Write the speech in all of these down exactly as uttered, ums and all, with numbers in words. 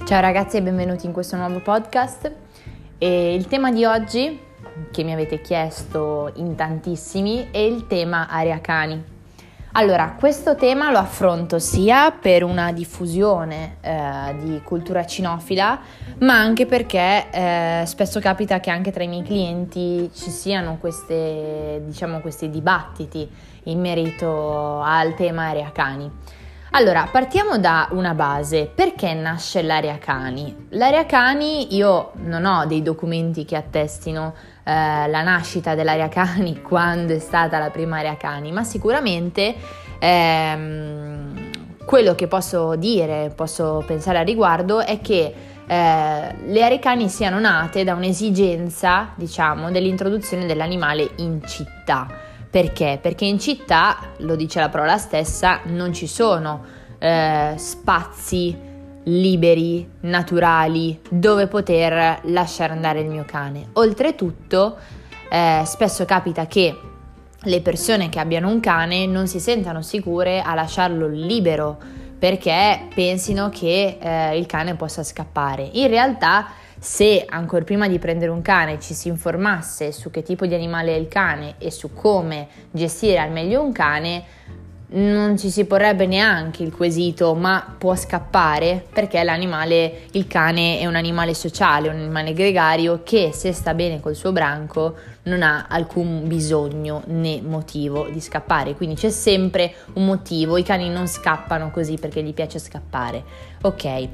Ciao ragazzi e benvenuti in questo nuovo podcast. E il tema di oggi, che mi avete chiesto in tantissimi, è il tema area cani. Allora, questo tema lo affronto sia per una diffusione eh, di cultura cinofila, ma anche perché eh, spesso capita che anche tra i miei clienti ci siano queste, diciamo, questi dibattiti in merito al tema area cani. Allora, partiamo da una base. Perché nasce l'area cani? L'area cani, io non ho dei documenti che attestino eh, la nascita dell'area cani, quando è stata la prima area cani, ma sicuramente ehm, quello che posso dire, posso pensare a riguardo è che eh, le aree cani siano nate da un'esigenza, diciamo, dell'introduzione dell'animale in città. Perché? Perché in città, lo dice la parola stessa, non ci sono eh, spazi liberi, naturali, dove poter lasciare andare il mio cane. Oltretutto, eh, spesso capita che le persone che abbiano un cane non si sentano sicure a lasciarlo libero, perché pensino che eh, il cane possa scappare. In realtà, se ancora prima di prendere un cane ci si informasse su che tipo di animale è il cane e su come gestire al meglio un cane, non ci si porrebbe neanche il quesito ma può scappare, perché l'animale, il cane è un animale sociale, un animale gregario che, se sta bene col suo branco, non ha alcun bisogno né motivo di scappare. Quindi c'è sempre un motivo, i cani non scappano così perché gli piace scappare. Ok.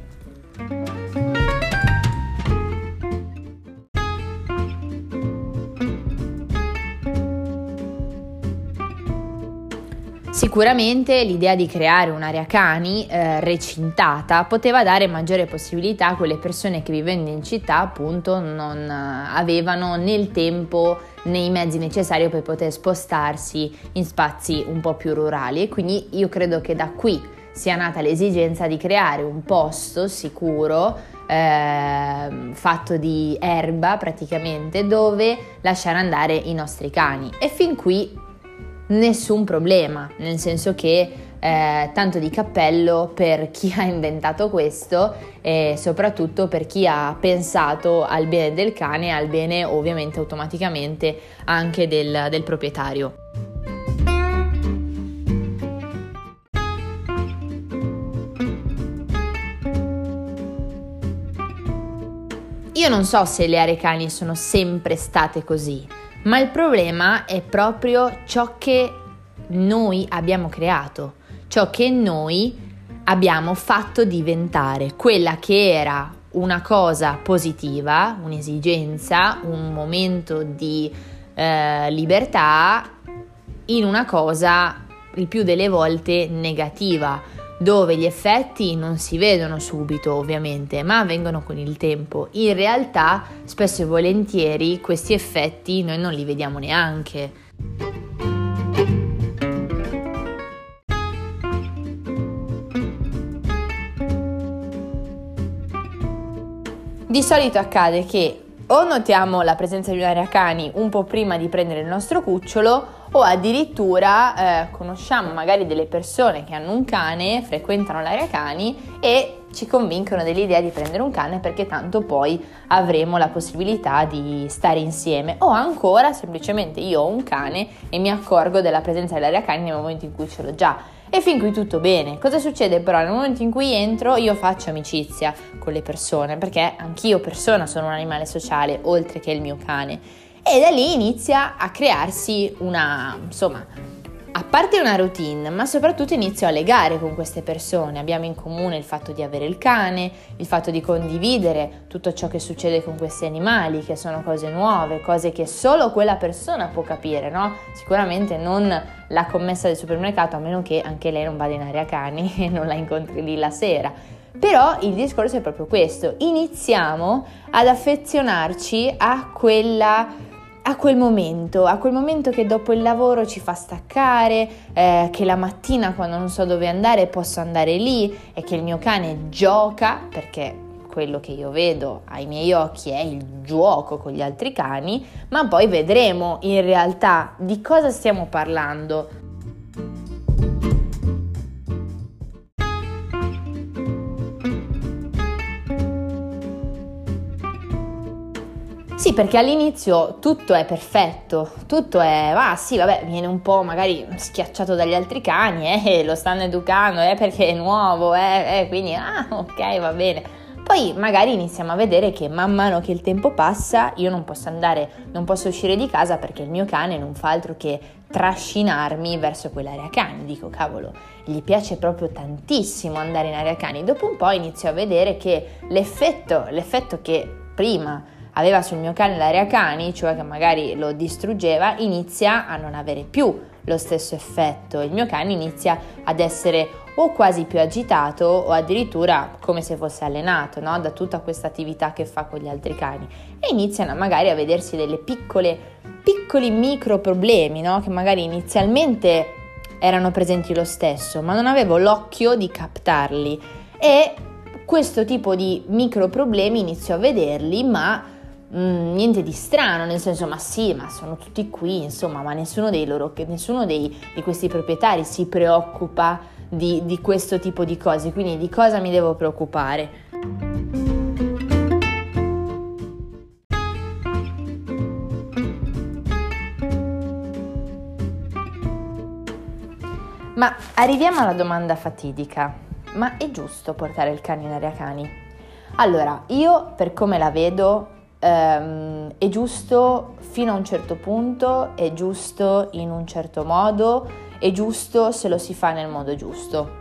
Sicuramente l'idea di creare un'area cani eh, recintata poteva dare maggiore possibilità a quelle persone che, vivendo in città, appunto non eh, avevano né il tempo né i mezzi necessari per poter spostarsi in spazi un po' più rurali, e quindi io credo che da qui sia nata l'esigenza di creare un posto sicuro eh, fatto di erba praticamente, dove lasciare andare i nostri cani. E fin qui nessun problema, nel senso che eh, tanto di cappello per chi ha inventato questo e soprattutto per chi ha pensato al bene del cane e al bene, ovviamente, automaticamente anche del, del proprietario. Io non so se le aree cani sono sempre state così, ma il problema è proprio ciò che noi abbiamo creato, ciò che noi abbiamo fatto diventare, quella che era una cosa positiva, un'esigenza, un momento di eh, libertà, in una cosa il più delle volte negativa, dove gli effetti non si vedono subito, ovviamente, ma avvengono con il tempo. In realtà, spesso e volentieri, questi effetti noi non li vediamo neanche. Di solito accade che o notiamo la presenza di un'area cani un po' prima di prendere il nostro cucciolo, o addirittura eh, conosciamo magari delle persone che hanno un cane, frequentano l'area cani e ci convincono dell'idea di prendere un cane perché tanto poi avremo la possibilità di stare insieme. O ancora semplicemente io ho un cane e mi accorgo della presenza dell'area cani nel momento in cui ce l'ho già. E fin qui tutto bene. Cosa succede però nel momento in cui entro? Io faccio amicizia con le persone, perché anch'io persona sono un animale sociale, oltre che il mio cane. E da lì inizia a crearsi una, insomma, a parte una routine, ma soprattutto inizio a legare con queste persone. Abbiamo in comune il fatto di avere il cane, il fatto di condividere tutto ciò che succede con questi animali, che sono cose nuove, cose che solo quella persona può capire, no? Sicuramente non la commessa del supermercato, a meno che anche lei non vada in area cani e non la incontri lì la sera. Però il discorso è proprio questo: iniziamo ad affezionarci a quella a quel momento, a quel momento che dopo il lavoro ci fa staccare, eh, che la mattina quando non so dove andare posso andare lì e che il mio cane gioca, perché quello che io vedo ai miei occhi è il gioco con gli altri cani, ma poi vedremo in realtà di cosa stiamo parlando. Sì, perché all'inizio tutto è perfetto, tutto è, ah sì, vabbè, viene un po' magari schiacciato dagli altri cani, eh, lo stanno educando, eh, perché è nuovo, eh, eh, quindi, ah, ok, va bene. Poi magari iniziamo a vedere che man mano che il tempo passa io non posso andare, non posso uscire di casa perché il mio cane non fa altro che trascinarmi verso quell'area cani. Dico, cavolo, gli piace proprio tantissimo andare in area cani. Dopo un po' inizio a vedere che l'effetto, l'effetto che prima aveva sul mio cane l'area cani, cioè che magari lo distruggeva, inizia a non avere più lo stesso effetto. Il mio cane inizia ad essere o quasi più agitato o addirittura come se fosse allenato, no? Da tutta questa attività che fa con gli altri cani, e iniziano magari a vedersi delle piccole, piccoli micro problemi, no? Che magari inizialmente erano presenti lo stesso, ma non avevo l'occhio di captarli, e questo tipo di micro problemi inizio a vederli, ma Mm, niente di strano, nel senso, ma sì, ma sono tutti qui, insomma, ma nessuno dei loro, nessuno dei, di questi proprietari si preoccupa di, di questo tipo di cose, quindi di cosa mi devo preoccupare? Ma arriviamo alla domanda fatidica: ma è giusto portare il cane in area cani? Allora, io per come la vedo, Um, è giusto fino a un certo punto, è giusto in un certo modo, è giusto se lo si fa nel modo giusto.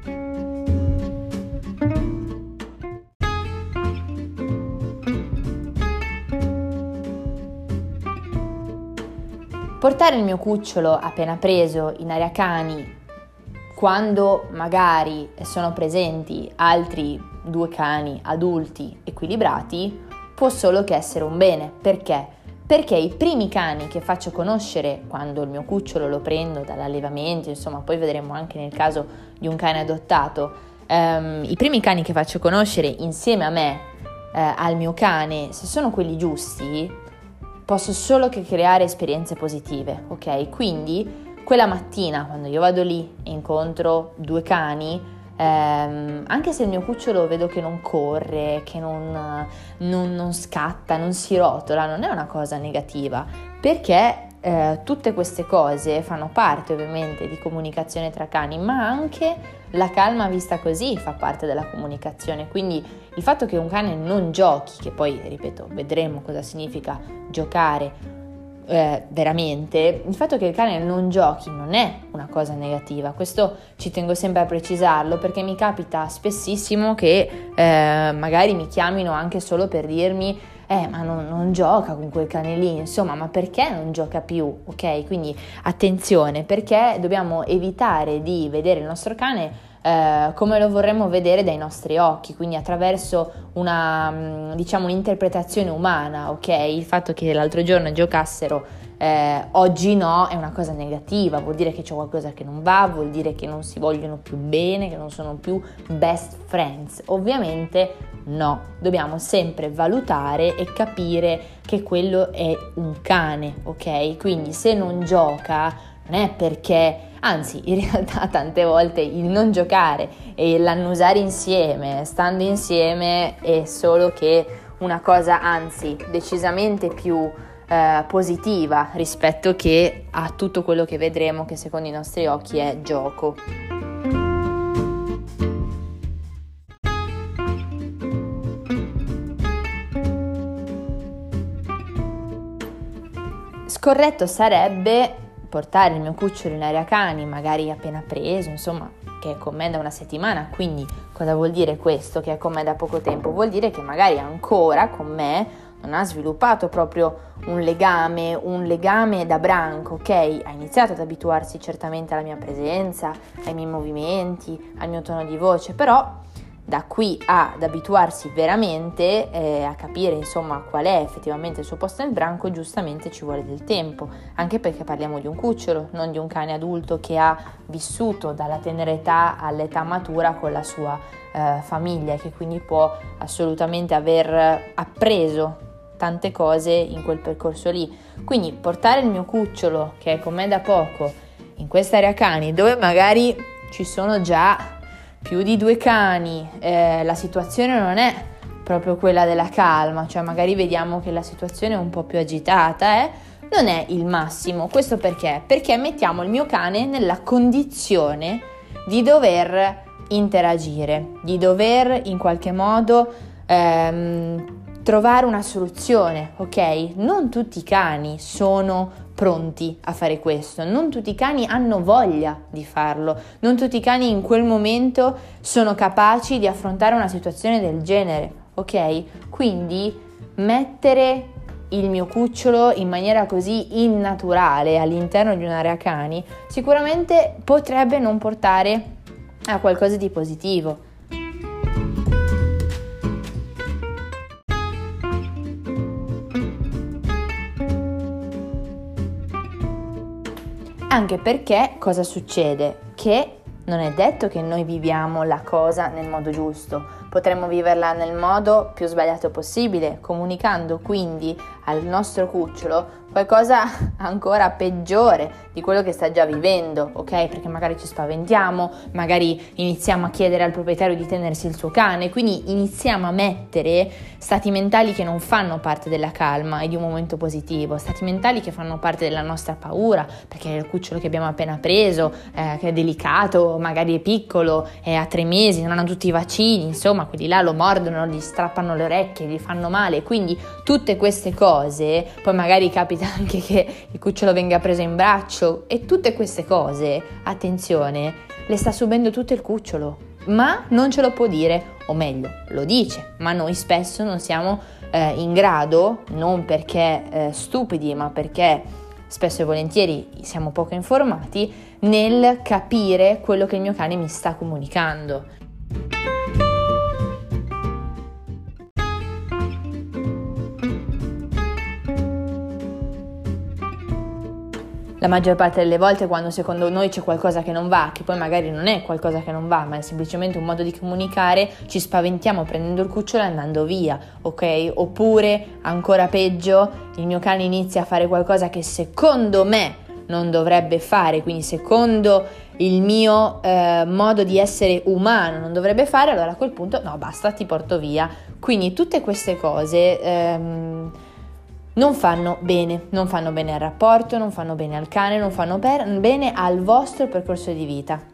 Portare il mio cucciolo appena preso in area cani quando magari sono presenti altri due cani adulti equilibrati può solo che essere un bene. Perché? Perché i primi cani che faccio conoscere quando il mio cucciolo lo prendo dall'allevamento, insomma, poi vedremo anche nel caso di un cane adottato, ehm, i primi cani che faccio conoscere insieme a me eh, al mio cane, se sono quelli giusti, posso solo che creare esperienze positive, ok? Quindi quella mattina quando io vado lì e incontro due cani, Um, anche se il mio cucciolo vedo che non corre, che non, non, non scatta, non si rotola, non è una cosa negativa, perché eh, tutte queste cose fanno parte ovviamente di comunicazione tra cani, ma anche la calma vista così fa parte della comunicazione. Quindi il fatto che un cane non giochi, che poi ripeto vedremo cosa significa giocare Eh, veramente, il fatto che il cane non giochi non è una cosa negativa. Questo ci tengo sempre a precisarlo, perché mi capita spessissimo che eh, magari mi chiamino anche solo per dirmi eh ma non, non gioca con quel cane lì, insomma, ma perché non gioca più, ok? Quindi attenzione, perché dobbiamo evitare di vedere il nostro cane Eh, come lo vorremmo vedere dai nostri occhi, quindi attraverso una, diciamo, un'interpretazione umana, ok? Il fatto che l'altro giorno giocassero, eh, oggi no, è una cosa negativa, vuol dire che c'è qualcosa che non va, vuol dire che non si vogliono più bene, che non sono più best friends. Ovviamente no, dobbiamo sempre valutare e capire che quello è un cane, ok? Quindi se non gioca non è perché, anzi, in realtà tante volte il non giocare e l'annusare insieme, stando insieme, è solo che una cosa, anzi, decisamente più eh, positiva rispetto che a tutto quello che vedremo che secondo i nostri occhi è gioco. Scorretto sarebbe portare il mio cucciolo in area cani, magari appena preso, insomma, che è con me da una settimana. Quindi cosa vuol dire questo, che è con me da poco tempo? Vuol dire che magari ancora con me non ha sviluppato proprio un legame, un legame da branco, ok? Ha iniziato ad abituarsi certamente alla mia presenza, ai miei movimenti, al mio tono di voce, però da qui ad abituarsi veramente, eh, a capire insomma qual è effettivamente il suo posto nel branco, giustamente ci vuole del tempo, anche perché parliamo di un cucciolo, non di un cane adulto che ha vissuto dalla tenera età all'età matura con la sua eh, famiglia, che quindi può assolutamente aver appreso tante cose in quel percorso lì. Quindi portare il mio cucciolo, che è con me da poco, in questa area cani dove magari ci sono già più di due cani, eh, la situazione non è proprio quella della calma, cioè magari vediamo che la situazione è un po' più agitata, eh? Non è il massimo. Questo perché? Perché mettiamo il mio cane nella condizione di dover interagire, di dover in qualche modo ehm, trovare una soluzione, ok? Non tutti i cani sono pronti a fare questo, non tutti i cani hanno voglia di farlo, non tutti i cani in quel momento sono capaci di affrontare una situazione del genere, ok? Quindi mettere il mio cucciolo in maniera così innaturale all'interno di un'area cani sicuramente potrebbe non portare a qualcosa di positivo. Anche perché cosa succede? Che non è detto che noi viviamo la cosa nel modo giusto, potremmo viverla nel modo più sbagliato possibile, comunicando quindi al nostro cucciolo qualcosa ancora peggiore di quello che sta già vivendo, ok? Perché magari ci spaventiamo, magari iniziamo a chiedere al proprietario di tenersi il suo cane, quindi iniziamo a mettere stati mentali che non fanno parte della calma e di un momento positivo, stati mentali che fanno parte della nostra paura, perché è il cucciolo che abbiamo appena preso, eh, che è delicato, magari è piccolo, è a tre mesi, non hanno tutti i vaccini, insomma quelli là lo mordono, gli strappano le orecchie, gli fanno male, quindi tutte queste cose, poi magari capita anche che il cucciolo venga preso in braccio e tutte queste cose, attenzione, le sta subendo tutto il cucciolo, ma non ce lo può dire, o meglio, lo dice, ma noi spesso non siamo eh, in grado, non perché eh, stupidi, ma perché spesso e volentieri siamo poco informati, nel capire quello che il mio cane mi sta comunicando. La maggior parte delle volte quando secondo noi c'è qualcosa che non va, che poi magari non è qualcosa che non va, ma è semplicemente un modo di comunicare, ci spaventiamo prendendo il cucciolo e andando via, ok? Oppure, ancora peggio, il mio cane inizia a fare qualcosa che secondo me non dovrebbe fare, quindi secondo il mio eh, modo di essere umano non dovrebbe fare, allora a quel punto no, basta, ti porto via. Quindi tutte queste cose ehm, non fanno bene, non fanno bene al rapporto, non fanno bene al cane, non fanno per, bene al vostro percorso di vita.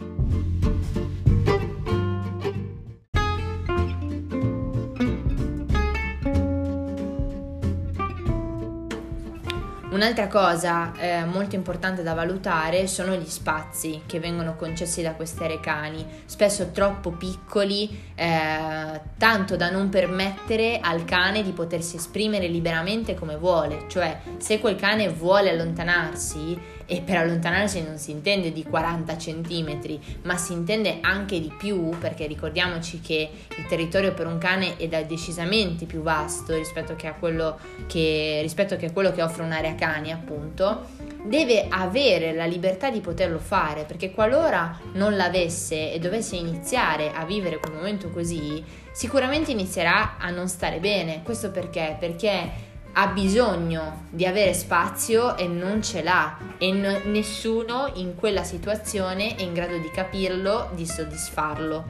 Un'altra cosa eh, molto importante da valutare sono gli spazi che vengono concessi da queste aree cani, spesso troppo piccoli, eh, tanto da non permettere al cane di potersi esprimere liberamente come vuole, cioè se quel cane vuole allontanarsi, e per allontanarsi non si intende di quaranta centimetri, ma si intende anche di più, perché ricordiamoci che il territorio per un cane è decisamente più vasto rispetto che a quello che, rispetto che a quello che offre un'area cani, appunto, deve avere la libertà di poterlo fare, perché qualora non l'avesse e dovesse iniziare a vivere quel momento così, sicuramente inizierà a non stare bene. Questo perché? Perché ha bisogno di avere spazio e non ce l'ha, e n- nessuno in quella situazione è in grado di capirlo, di soddisfarlo.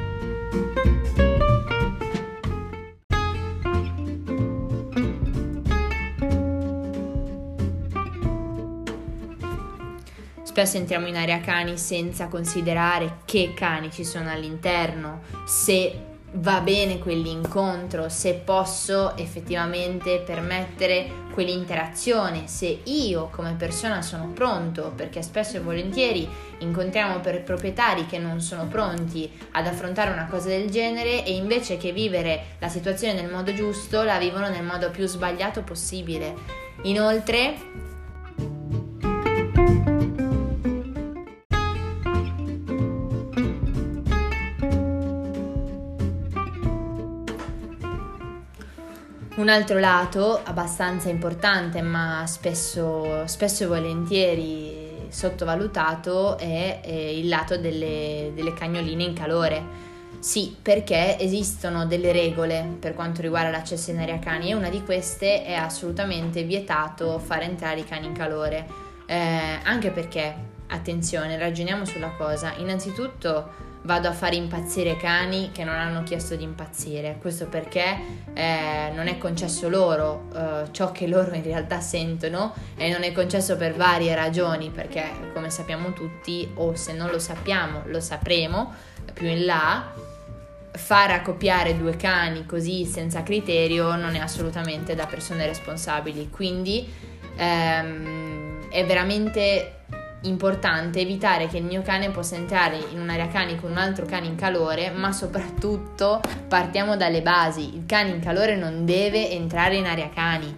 Spesso entriamo in area cani senza considerare che cani ci sono all'interno, se va bene quell'incontro, se posso effettivamente permettere quell'interazione, se io come persona sono pronto, perché spesso e volentieri incontriamo per proprietari che non sono pronti ad affrontare una cosa del genere e invece che vivere la situazione nel modo giusto la vivono nel modo più sbagliato possibile. Inoltre, un altro lato abbastanza importante, ma spesso, spesso e volentieri sottovalutato, è, è il lato delle, delle cagnoline in calore. Sì, perché esistono delle regole per quanto riguarda l'accesso in area cani e una di queste è assolutamente vietato far entrare i cani in calore, eh, anche perché, attenzione, ragioniamo sulla cosa, innanzitutto vado a fare impazzire cani che non hanno chiesto di impazzire. Questo perché eh, non è concesso loro eh, ciò che loro in realtà sentono, e non è concesso per varie ragioni, perché come sappiamo tutti, o se non lo sappiamo lo sapremo più in là, far accoppiare due cani così senza criterio non è assolutamente da persone responsabili. Quindi ehm, è veramente importante evitare che il mio cane possa entrare in un'area cani con un altro cane in calore, ma soprattutto partiamo dalle basi: il cane in calore non deve entrare in area cani.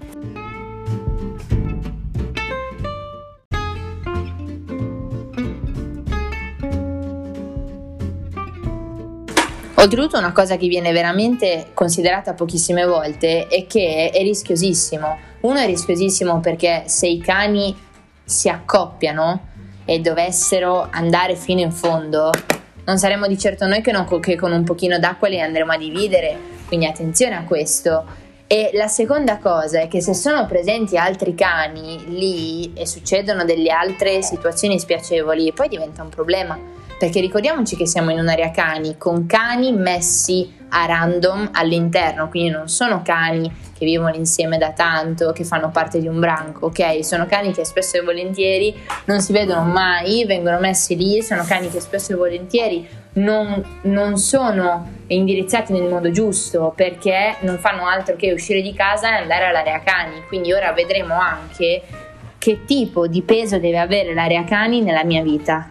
Oltretutto, una cosa che viene veramente considerata pochissime volte è che è rischiosissimo. Uno è rischiosissimo perché se i cani si accoppiano e dovessero andare fino in fondo, non saremo di certo noi che, non, che con un pochino d'acqua li andremo a dividere, quindi attenzione a questo. E la seconda cosa è che se sono presenti altri cani lì e succedono delle altre situazioni spiacevoli, poi diventa un problema, perché ricordiamoci che siamo in un'area cani con cani messi a random all'interno, quindi non sono cani che vivono insieme da tanto, che fanno parte di un branco, ok? Sono cani che spesso e volentieri non si vedono mai, vengono messi lì, sono cani che spesso e volentieri non, non sono indirizzati nel modo giusto, perché non fanno altro che uscire di casa e andare all'area cani. Quindi ora vedremo anche che tipo di peso deve avere l'area cani nella mia vita.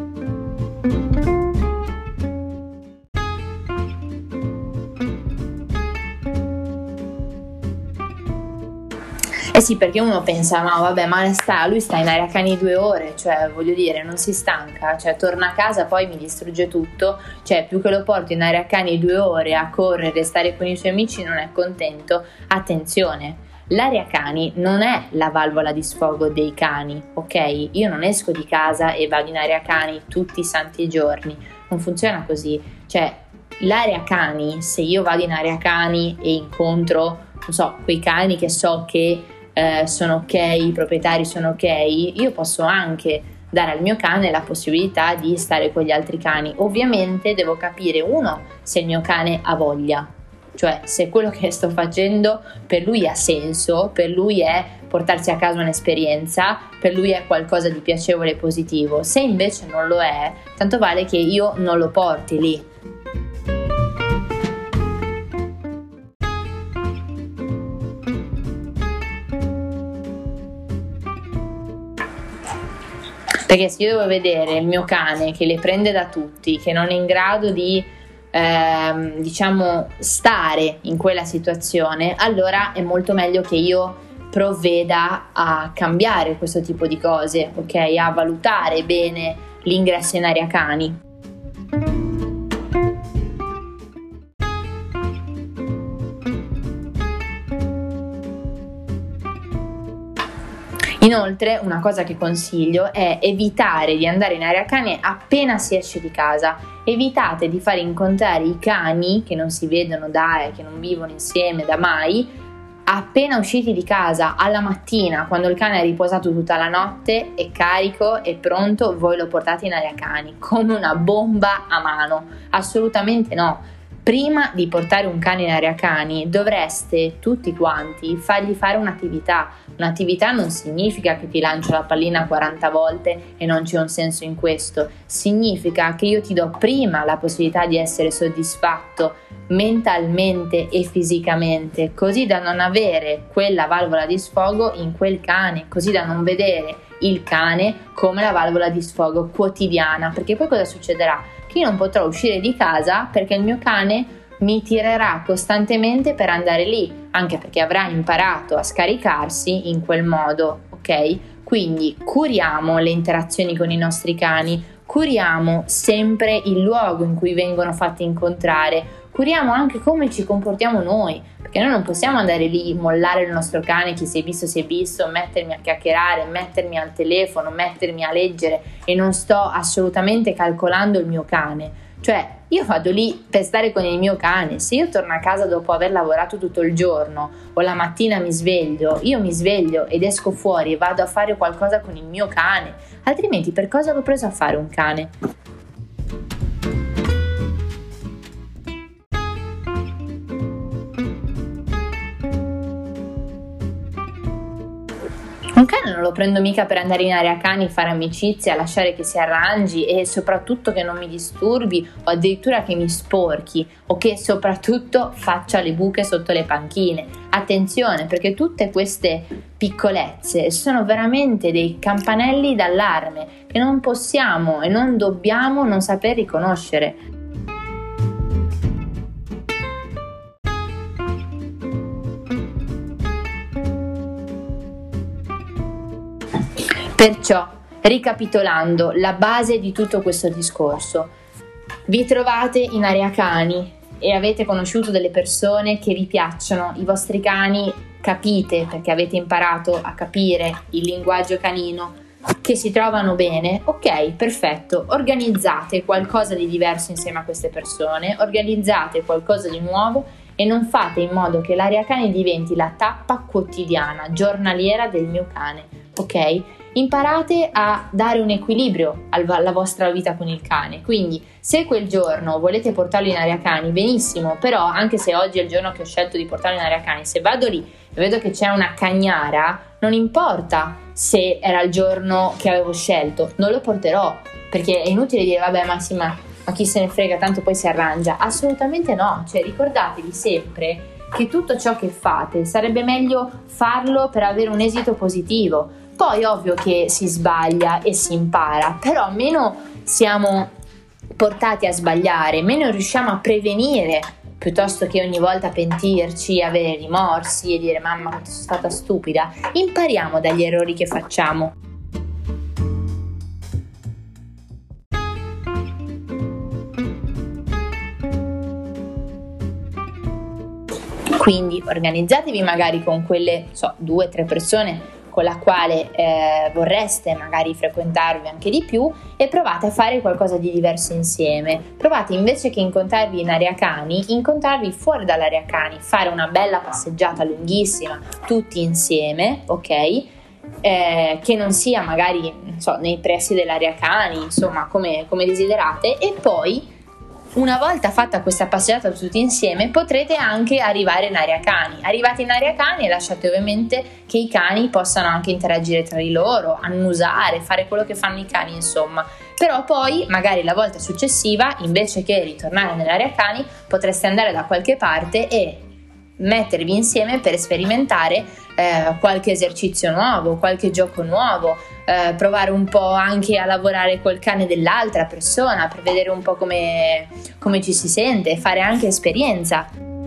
Eh sì, perché uno pensa, ma vabbè, ma sta, lui sta in area cani due ore, cioè voglio dire, non si stanca, cioè torna a casa poi mi distrugge tutto, cioè più che lo porto in area cani due ore a correre e stare con i suoi amici non è contento. Attenzione, l'area cani non è la valvola di sfogo dei cani, ok? Io non esco di casa e vado in area cani tutti i santi giorni, non funziona così. Cioè l'area cani, se io vado in area cani e incontro, non so, quei cani che so che Eh, sono ok, i proprietari sono ok, io posso anche dare al mio cane la possibilità di stare con gli altri cani. Ovviamente devo capire, uno, se il mio cane ha voglia, cioè se quello che sto facendo per lui ha senso, per lui è portarsi a casa un'esperienza, per lui è qualcosa di piacevole e positivo. Se invece non lo è, tanto vale che io non lo porti lì. Perché se io devo vedere il mio cane che le prende da tutti, che non è in grado di ehm, diciamo stare in quella situazione, allora è molto meglio che io provveda a cambiare questo tipo di cose, ok? A valutare bene l'ingresso in area cani. Inoltre, una cosa che consiglio è evitare di andare in area cani appena si esce di casa. Evitate di far incontrare i cani che non si vedono da e che non vivono insieme da mai, appena usciti di casa, alla mattina, quando il cane è riposato tutta la notte, è carico e pronto, voi lo portate in area cani come una bomba a mano. Assolutamente no. Prima di portare un cane in area cani dovreste tutti quanti fargli fare un'attività. Un'attività non significa che ti lancio la pallina quaranta volte e non c'è un senso in questo. Significa che io ti do prima la possibilità di essere soddisfatto mentalmente e fisicamente, così da non avere quella valvola di sfogo in quel cane, così da non vedere il cane come la valvola di sfogo quotidiana. Perché poi cosa succederà? Che io non potrò uscire di casa perché il mio cane mi tirerà costantemente per andare lì, anche perché avrà imparato a scaricarsi in quel modo, ok? Quindi curiamo le interazioni con i nostri cani, curiamo sempre il luogo in cui vengono fatti incontrare, curiamo anche come ci comportiamo noi, perché noi non possiamo andare lì, mollare il nostro cane, chi si è visto si è visto, mettermi a chiacchierare, mettermi al telefono, mettermi a leggere e non sto assolutamente calcolando il mio cane. Cioè, io vado lì per stare con il mio cane. Se io torno a casa dopo aver lavorato tutto il giorno o la mattina mi sveglio, io mi sveglio ed esco fuori e vado a fare qualcosa con il mio cane. Altrimenti per cosa l'ho preso a fare un cane? lo prendo mica per andare in area cani, fare amicizia, lasciare che si arrangi e soprattutto che non mi disturbi o addirittura che mi sporchi o che soprattutto faccia le buche sotto le panchine. Attenzione, perché tutte queste piccolezze sono veramente dei campanelli d'allarme che non possiamo e non dobbiamo non saper riconoscere. Perciò, ricapitolando, la base di tutto questo discorso: vi trovate in area cani e avete conosciuto delle persone che vi piacciono, i vostri cani, capite, perché avete imparato a capire il linguaggio canino, che si trovano bene, ok, perfetto, organizzate qualcosa di diverso insieme a queste persone, organizzate qualcosa di nuovo e non fate in modo che l'area cani diventi la tappa quotidiana, giornaliera del mio cane, ok? Imparate a dare un equilibrio alla vostra vita con il cane, quindi se quel giorno volete portarlo in area cani, benissimo, però anche se oggi è il giorno che ho scelto di portarlo in area cani, se vado lì e vedo che c'è una cagnara, non importa se era il giorno che avevo scelto, non lo porterò, perché è inutile dire vabbè Massima, ma chi se ne frega, tanto poi si arrangia. Assolutamente no, cioè ricordatevi sempre che tutto ciò che fate sarebbe meglio farlo per avere un esito positivo. Poi ovvio che si sbaglia e si impara, però meno siamo portati a sbagliare, meno riusciamo a prevenire, piuttosto che ogni volta pentirci, avere rimorsi e dire mamma quanto sono stata stupida. Impariamo dagli errori che facciamo. Quindi organizzatevi magari con quelle, so, due o tre persone con la quale eh, vorreste magari frequentarvi anche di più e provate a fare qualcosa di diverso insieme. Provate, invece che incontrarvi in area cani, incontrarvi fuori dall'area cani, fare una bella passeggiata lunghissima tutti insieme, ok? Eh, che non sia magari, non so, nei pressi dell'area cani, insomma, come, come desiderate, e poi una volta fatta questa passeggiata tutti insieme potrete anche arrivare in area cani. Arrivate in area cani e lasciate ovviamente che i cani possano anche interagire tra di loro, annusare, fare quello che fanno i cani, insomma. Però poi magari la volta successiva, invece che ritornare nell'area cani, potreste andare da qualche parte e mettervi insieme per sperimentare eh, qualche esercizio nuovo, qualche gioco nuovo, eh, provare un po' anche a lavorare col cane dell'altra persona per vedere un po' come, come ci si sente, fare anche esperienza.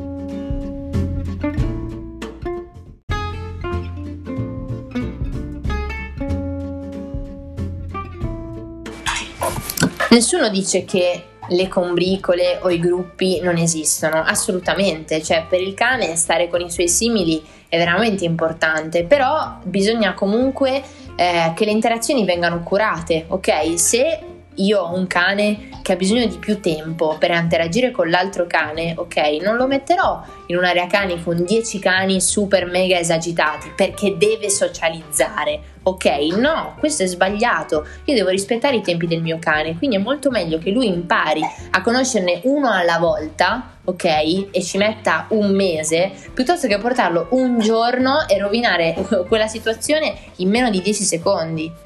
Nessuno dice che le combricole o i gruppi non esistono, assolutamente, cioè per il cane stare con i suoi simili è veramente importante, però bisogna comunque eh, che le interazioni vengano curate, ok? Se io ho un cane che ha bisogno di più tempo per interagire con l'altro cane, ok, non lo metterò in un'area cani con dieci cani super mega esagitati perché deve socializzare, ok? No, questo è sbagliato. Io devo rispettare i tempi del mio cane, quindi è molto meglio che lui impari a conoscerne uno alla volta, ok? E ci metta un mese, piuttosto che portarlo un giorno e rovinare quella situazione in meno di dieci secondi.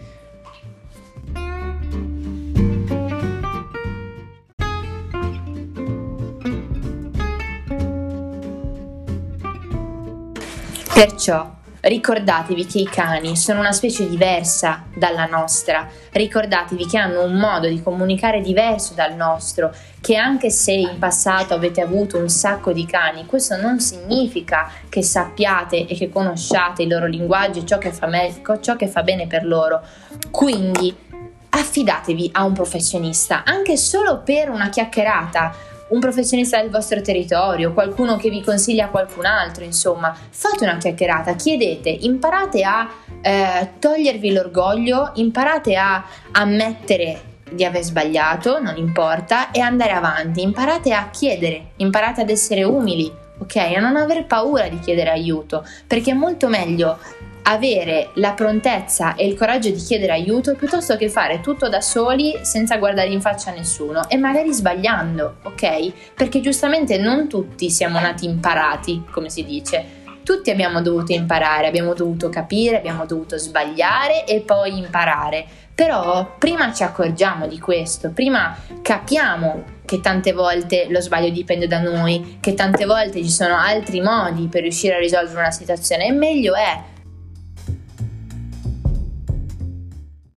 Perciò ricordatevi che i cani sono una specie diversa dalla nostra, ricordatevi che hanno un modo di comunicare diverso dal nostro, che anche se in passato avete avuto un sacco di cani, questo non significa che sappiate e che conosciate il loro linguaggio e ciò che fa, me- ciò che fa bene per loro. Quindi affidatevi a un professionista, anche solo per una chiacchierata, un professionista del vostro territorio, qualcuno che vi consiglia qualcun altro, insomma, fate una chiacchierata, chiedete, imparate a eh, togliervi l'orgoglio, imparate a ammettere di aver sbagliato, non importa, e andare avanti, imparate a chiedere, imparate ad essere umili, ok? A non aver paura di chiedere aiuto, perché è molto meglio avere la prontezza e il coraggio di chiedere aiuto piuttosto che fare tutto da soli senza guardare in faccia a nessuno e magari sbagliando, ok? Perché giustamente non tutti siamo nati imparati, come si dice. tutti abbiamo dovuto imparare, abbiamo dovuto capire, abbiamo dovuto sbagliare e poi imparare. Però prima ci accorgiamo di questo, prima capiamo che tante volte lo sbaglio dipende da noi, che tante volte ci sono altri modi per riuscire a risolvere una situazione, e meglio è